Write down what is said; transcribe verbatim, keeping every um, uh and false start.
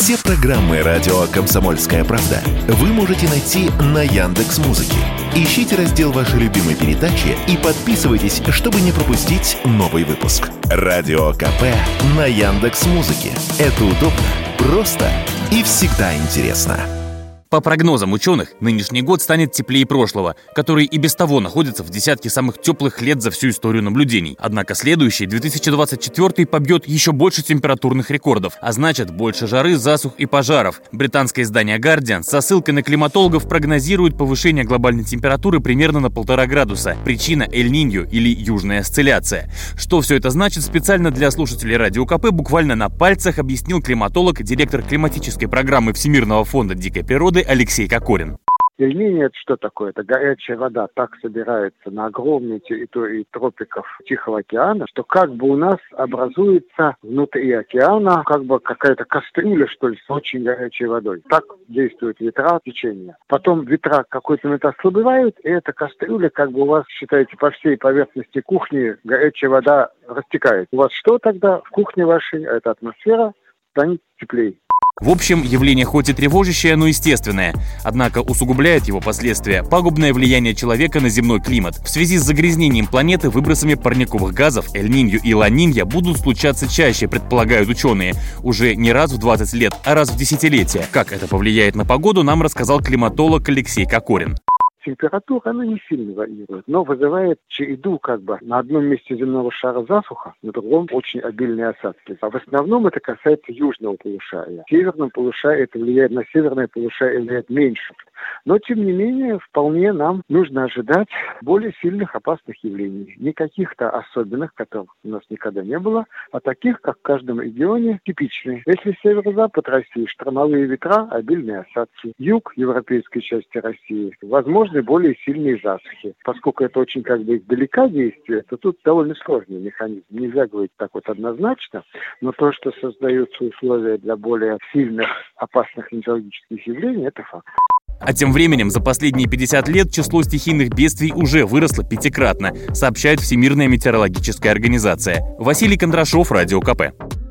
Все программы радио «Комсомольская правда» вы можете найти на Яндекс.Музыке. Ищите раздел вашей любимой передачи и подписывайтесь, чтобы не пропустить новый выпуск. Радио КП на Яндекс.Музыке. Это удобно, просто и всегда интересно. По прогнозам ученых, нынешний год станет теплее прошлого, который и без того находится в десятке самых теплых лет за всю историю наблюдений. Однако следующий, две тысячи двадцать четвёртый, побьет еще больше температурных рекордов, а значит больше жары, засух и пожаров. Британское издание Guardian со ссылкой на климатологов прогнозирует повышение глобальной температуры примерно на полтора градуса. Причина – Эль-Ниньо или южная осцилляция. Что все это значит, специально для слушателей Радио КП буквально на пальцах объяснил климатолог, директор климатической программы Всемирного фонда дикой природы Алексей Кокорин. Эль-Ниньо — это что такое? Это горячая вода так собирается на огромной территории тропиков Тихого океана, что как бы у нас образуется внутри океана как бы какая-то кастрюля, что ли, с очень горячей водой. Так действуют ветра, течения. Потом ветра в какой-то момент ослабевают, и эта кастрюля как бы у вас, считаете, по всей поверхности кухни горячая вода растекает. У вас что тогда в кухне вашей, эта атмосфера, станет теплее. В общем, явление хоть и тревожащее, но естественное. Однако усугубляет его последствия пагубное влияние человека на земной климат. В связи с загрязнением планеты выбросами парниковых газов Эль-Ниньо и Ла-Нинья будут случаться чаще, предполагают ученые. Уже не раз в двадцать лет, а раз в десятилетие. Как это повлияет на погоду, нам рассказал климатолог Алексей Кокорин. Температура, она не сильно варьирует, но вызывает череду как бы на одном месте земного шара засуха, на другом очень обильные осадки. А в основном это касается южного полушария. В северном полушарии это влияет на северное полушарие, влияет меньше. Но, тем не менее, вполне нам нужно ожидать более сильных опасных явлений. Не каких-то особенных, которых у нас никогда не было, а таких, как в каждом регионе, типичные. Если северо-запад России, штормовые ветра, обильные осадки. Юг европейской части России, возможно, более сильные засухи. Поскольку это очень как бы издалека действие, то тут довольно сложный механизм. Нельзя говорить так вот однозначно, но то, что создаются условия для более сильных опасных метеорологических явлений, это факт. А тем временем за последние пятьдесят лет число стихийных бедствий уже выросло пятикратно, сообщает Всемирная метеорологическая организация. Василий Кондрашов, Радио КП.